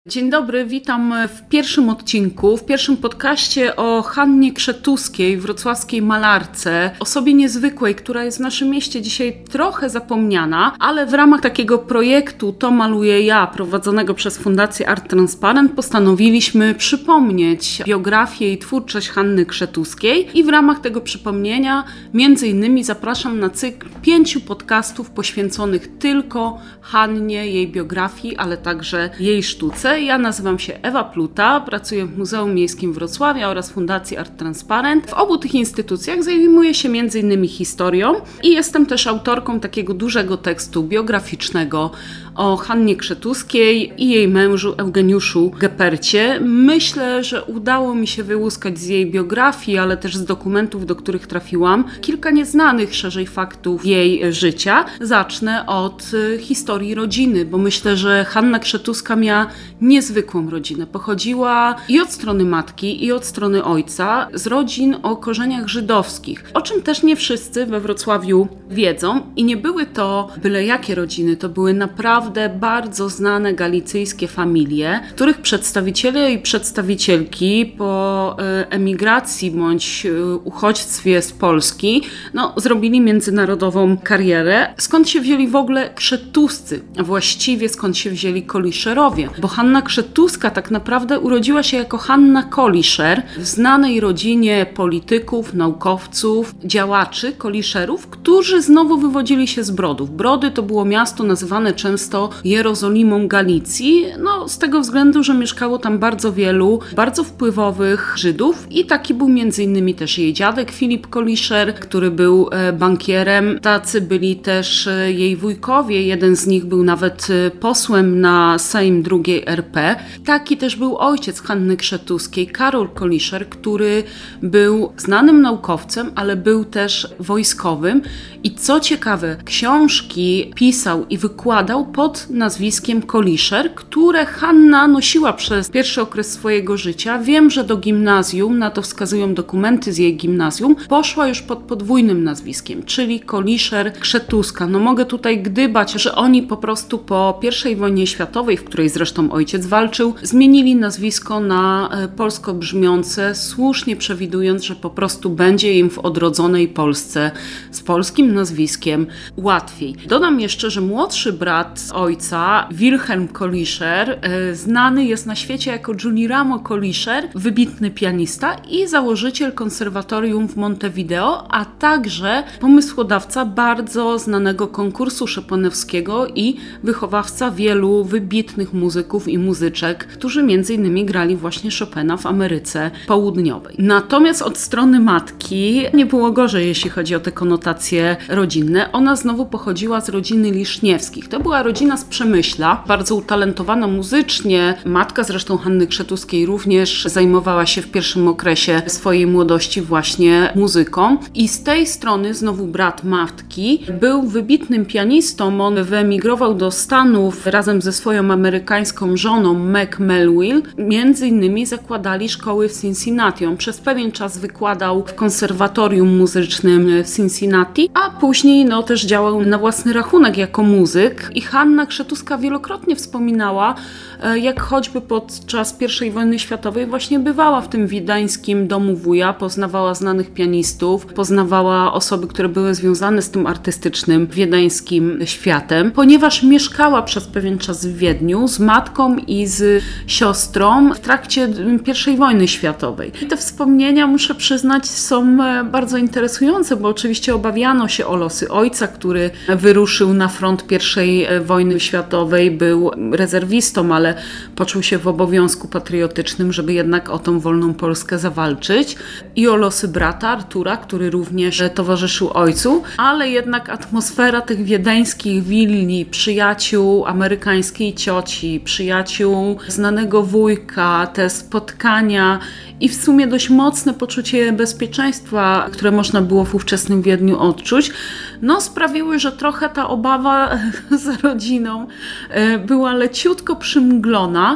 Dzień dobry, witam w pierwszym odcinku, w pierwszym podcaście o Hannie Krzetuskiej, wrocławskiej malarce, osobie niezwykłej, która jest w naszym mieście dzisiaj trochę zapomniana, ale w ramach takiego projektu To maluję ja, prowadzonego przez Fundację Art Transparent, postanowiliśmy przypomnieć biografię i twórczość Hanny Krzetuskiej i w ramach tego przypomnienia między innymi zapraszam na cykl 5 podcastów poświęconych tylko Hannie, jej biografii, ale także jej sztuce. Ja nazywam się Ewa Pluta, pracuję w Muzeum Miejskim Wrocławia oraz Fundacji Art Transparent. W obu tych instytucjach zajmuję się m.in. historią i jestem też autorką takiego dużego tekstu biograficznego o Hannie Krzetuskiej i jej mężu Eugeniuszu Gepercie. Myślę, że udało mi się wyłuskać z jej biografii, ale też z dokumentów, do których trafiłam, kilka nieznanych szerzej faktów jej życia. Zacznę od historii rodziny, bo myślę, że Hanna Krzetuska miała niezwykłą rodzinę. Pochodziła i od strony matki, i od strony ojca z rodzin o korzeniach żydowskich, o czym też nie wszyscy we Wrocławiu wiedzą. I nie były to byle jakie rodziny, to były naprawdę bardzo znane galicyjskie familie, których przedstawiciele i przedstawicielki po emigracji bądź uchodźstwie z Polski zrobili międzynarodową karierę. Skąd się wzięli w ogóle Krzetuscy? A właściwie skąd się wzięli Koliszerowie? Bo Hanna Krzetuska tak naprawdę urodziła się jako Hanna Koliszer w znanej rodzinie polityków, naukowców, działaczy, koliszerów, którzy znowu wywodzili się z Brodów. Brody to było miasto nazywane często Jerozolimą Galicji, z tego względu, że mieszkało tam bardzo wielu, bardzo wpływowych Żydów i taki był m.in. też jej dziadek Filip Koliszer, który był bankierem. Tacy byli też jej wujkowie, jeden z nich był nawet posłem na Sejm II RP. Taki też był ojciec Hanny Krzetuskiej, Karol Koliszer, który był znanym naukowcem, ale był też wojskowym i co ciekawe, książki pisał i wykładał pod nazwiskiem Koliszer, które Hanna nosiła przez pierwszy okres swojego życia. Wiem, że do gimnazjum, na to wskazują dokumenty z jej gimnazjum, poszła już pod podwójnym nazwiskiem, czyli Koliszer Krzetuska. Mogę tutaj gdybać, że oni po prostu po I wojnie światowej, w której zresztą ojciec walczył, zmienili nazwisko na polsko brzmiące, słusznie przewidując, że po prostu będzie im w odrodzonej Polsce z polskim nazwiskiem łatwiej. Dodam jeszcze, że młodszy brat ojca, Wilhelm Koliszer, znany jest na świecie jako Giuliramo Koliszer, wybitny pianista i założyciel konserwatorium w Montevideo, a także pomysłodawca bardzo znanego konkursu chopinowskiego i wychowawca wielu wybitnych muzyków i muzyczek, którzy m.in. grali właśnie Chopina w Ameryce Południowej. Natomiast od strony matki nie było gorzej, jeśli chodzi o te konotacje rodzinne. Ona znowu pochodziła z rodziny Liszniewskich. To była rodzina z Przemyśla, bardzo utalentowana muzycznie. Matka zresztą Hanny Krzetuskiej również zajmowała się w pierwszym okresie swojej młodości właśnie muzyką. I z tej strony znowu brat matki był wybitnym pianistą. On wyemigrował do Stanów razem ze swoją amerykańską żoną Meg Melville. Między innymi zakładali szkoły w Cincinnati. On przez pewien czas wykładał w konserwatorium muzycznym w Cincinnati, a później też działał na własny rachunek jako muzyk. I Hanna Krzetuska wielokrotnie wspominała, jak choćby podczas I wojny światowej właśnie bywała w tym wiedeńskim domu wuja, poznawała znanych pianistów, poznawała osoby, które były związane z tym artystycznym wiedeńskim światem, ponieważ mieszkała przez pewien czas w Wiedniu z matką i z siostrą w trakcie I wojny światowej. I te wspomnienia, muszę przyznać, są bardzo interesujące, bo oczywiście obawiano się o losy ojca, który wyruszył na front I wojny światowej, był rezerwistą, ale poczuł się w obowiązku patriotycznym, żeby jednak o tą wolną Polskę zawalczyć. I o losy brata Artura, który również towarzyszył ojcu, ale jednak atmosfera tych wiedeńskich willi, przyjaciół amerykańskiej cioci, przyjaciół znanego wujka, te spotkania i w sumie dość mocne poczucie bezpieczeństwa, które można było w ówczesnym Wiedniu odczuć, sprawiły, że trochę ta obawa za rodziną była leciutko przymglona.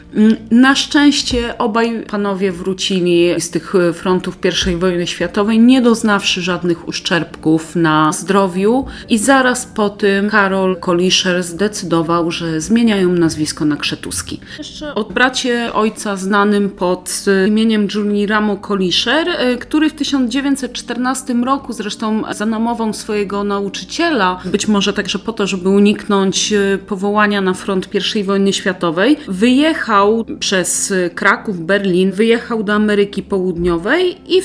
Na szczęście obaj panowie wrócili z tych frontów I wojny światowej, nie doznawszy żadnych uszczerbków na zdrowiu, i zaraz po tym Karol Koliszer zdecydował, że zmieniają nazwisko na Krzetuski. Jeszcze o bracie ojca znanym pod imieniem Girolamo Koliszer, który w 1914 roku zresztą za namową swojego nauczyciela, być może także po to, żeby uniknąć powołania na front I wojny światowej, wyjechał przez Kraków, Berlin, wyjechał do Ameryki Południowej i w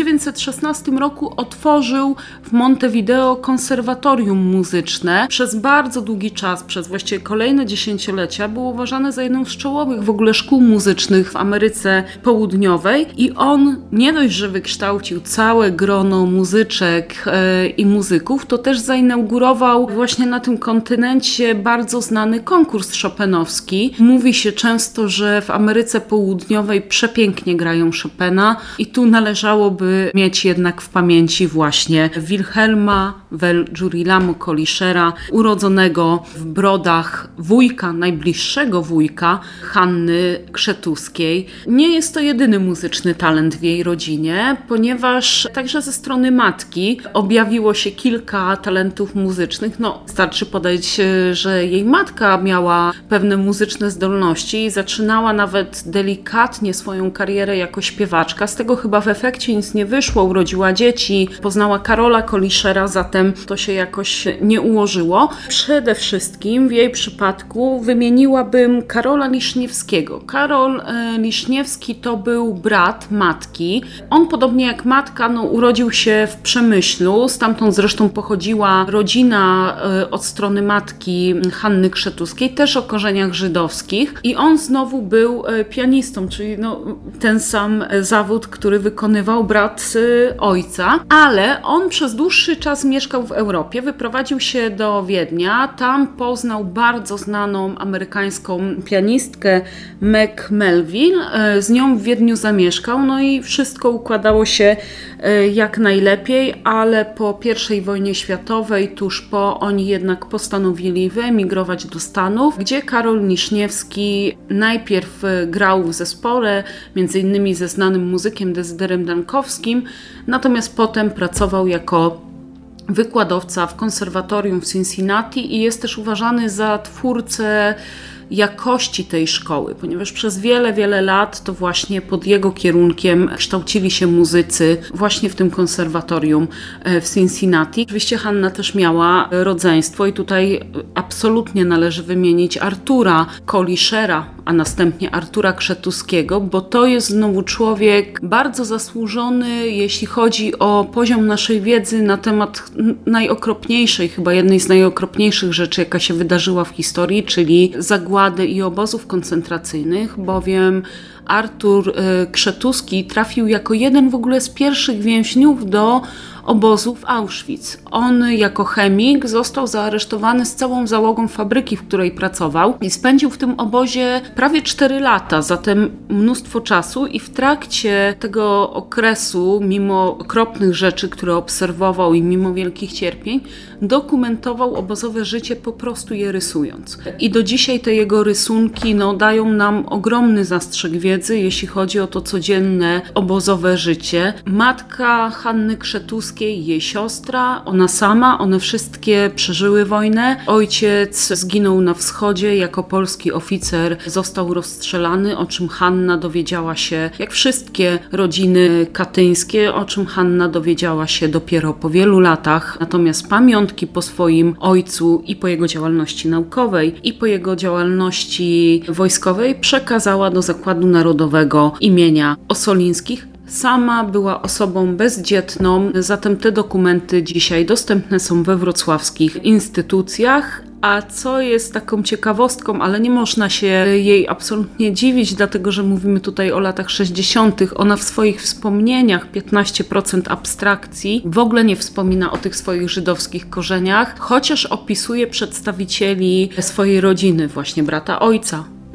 1916 roku otworzył w Montevideo konserwatorium muzyczne. Przez bardzo długi czas, przez właściwie kolejne dziesięciolecia, było uważane za jedną z czołowych w ogóle szkół muzycznych w Ameryce Południowej i on nie dość, że wykształcił całe grono muzyczek i muzyków, to też zainaugurował właśnie na tym kontynencie bardzo znany konkurs chopinowski. Mówi się często, że w Ameryce Południowej przepięknie grają Chopina i tu należałoby mieć jednak w pamięci właśnie Wilhelma Girolamo Koliszera, urodzonego w Brodach wujka, najbliższego wujka Hanny Krzetuskiej. Nie jest to jedyny muzyczny talent w jej rodzinie, ponieważ także ze strony matki objawiło się kilka talentów muzycznych. Starczy podać, że jej matka miała pewne muzyczne zdolności i zaczynała nawet delikatnie swoją karierę jako śpiewaczka. Z tego chyba w efekcie nic nie wyszło, urodziła dzieci, poznała Karola Koliszera, zatem to się jakoś nie ułożyło. Przede wszystkim w jej przypadku wymieniłabym Karola Liszniewskiego. Karol Liszniewski to był brat matki. On, podobnie jak matka, urodził się w Przemyślu, stamtąd zresztą pochodziła rodzina od strony matki Hanny Krzetuskiej, też o korzeniach żydowskich, i on znowu był pianistą, czyli ten sam zawód, który wykonywał brat ojca, ale on przez dłuższy czas mieszkał w Europie, wyprowadził się do Wiednia, tam poznał bardzo znaną amerykańską pianistkę Meg Melville, z nią w Wiedniu zamieszkał, i wszystko układało się jak najlepiej, ale po I wojnie światowej, tuż po, oni jednak postanowili wyemigrować do Stanów, gdzie Karol Liszniewski najpierw grał w zespole, między innymi ze znanym muzykiem Dezyderem Dankowskim, natomiast potem pracował jako wykładowca w konserwatorium w Cincinnati i jest też uważany za twórcę jakości tej szkoły, ponieważ przez wiele, wiele lat to właśnie pod jego kierunkiem kształcili się muzycy właśnie w tym konserwatorium w Cincinnati. Oczywiście Hanna też miała rodzeństwo i tutaj absolutnie należy wymienić Artura Koliszera, a następnie Artura Krzetuskiego, bo to jest znowu człowiek bardzo zasłużony, jeśli chodzi o poziom naszej wiedzy na temat najokropniejszej, chyba jednej z najokropniejszych rzeczy, jaka się wydarzyła w historii, czyli zagłady i obozów koncentracyjnych, bowiem Artur Krzetuski trafił jako jeden w ogóle z pierwszych więźniów do obozu w Auschwitz. On jako chemik został zaaresztowany z całą załogą fabryki, w której pracował, i spędził w tym obozie prawie 4 lata, zatem mnóstwo czasu, i w trakcie tego okresu, mimo okropnych rzeczy, które obserwował i mimo wielkich cierpień, dokumentował obozowe życie, po prostu je rysując. I do dzisiaj te jego rysunki dają nam ogromny zastrzyk wiedzy, jeśli chodzi o to codzienne obozowe życie. Matka Hanny Krzetuskiej, jej siostra, ona sama, one wszystkie przeżyły wojnę. Ojciec zginął na wschodzie jako polski oficer, został rozstrzelany, o czym Hanna dowiedziała się, jak wszystkie rodziny katyńskie, o czym Hanna dowiedziała się dopiero po wielu latach. Natomiast pamiątki po swoim ojcu i po jego działalności naukowej, i po jego działalności wojskowej przekazała do Zakładu Narodowego imienia Ossolińskich. Sama była osobą bezdzietną, zatem te dokumenty dzisiaj dostępne są we wrocławskich instytucjach. A co jest taką ciekawostką, ale nie można się jej absolutnie dziwić, dlatego że mówimy tutaj o latach 60. Ona w swoich wspomnieniach, 15% abstrakcji, w ogóle nie wspomina o tych swoich żydowskich korzeniach, chociaż opisuje przedstawicieli swojej rodziny, właśnie brata ojca,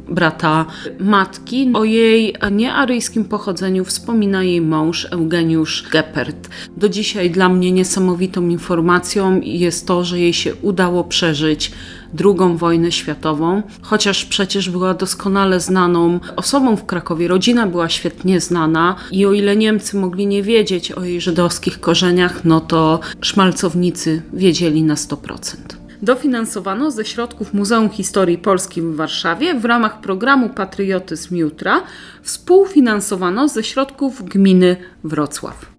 brata matki. O jej niearyjskim pochodzeniu wspomina jej mąż Eugeniusz Geppert. Do dzisiaj dla mnie niesamowitą informacją jest to, że jej się udało przeżyć II wojnę światową, chociaż przecież była doskonale znaną osobą w Krakowie. Rodzina była świetnie znana i o ile Niemcy mogli nie wiedzieć o jej żydowskich korzeniach, no to szmalcownicy wiedzieli na 100%. Dofinansowano ze środków Muzeum Historii Polski w Warszawie w ramach programu Patriotyzm Jutra. Współfinansowano ze środków gminy Wrocław.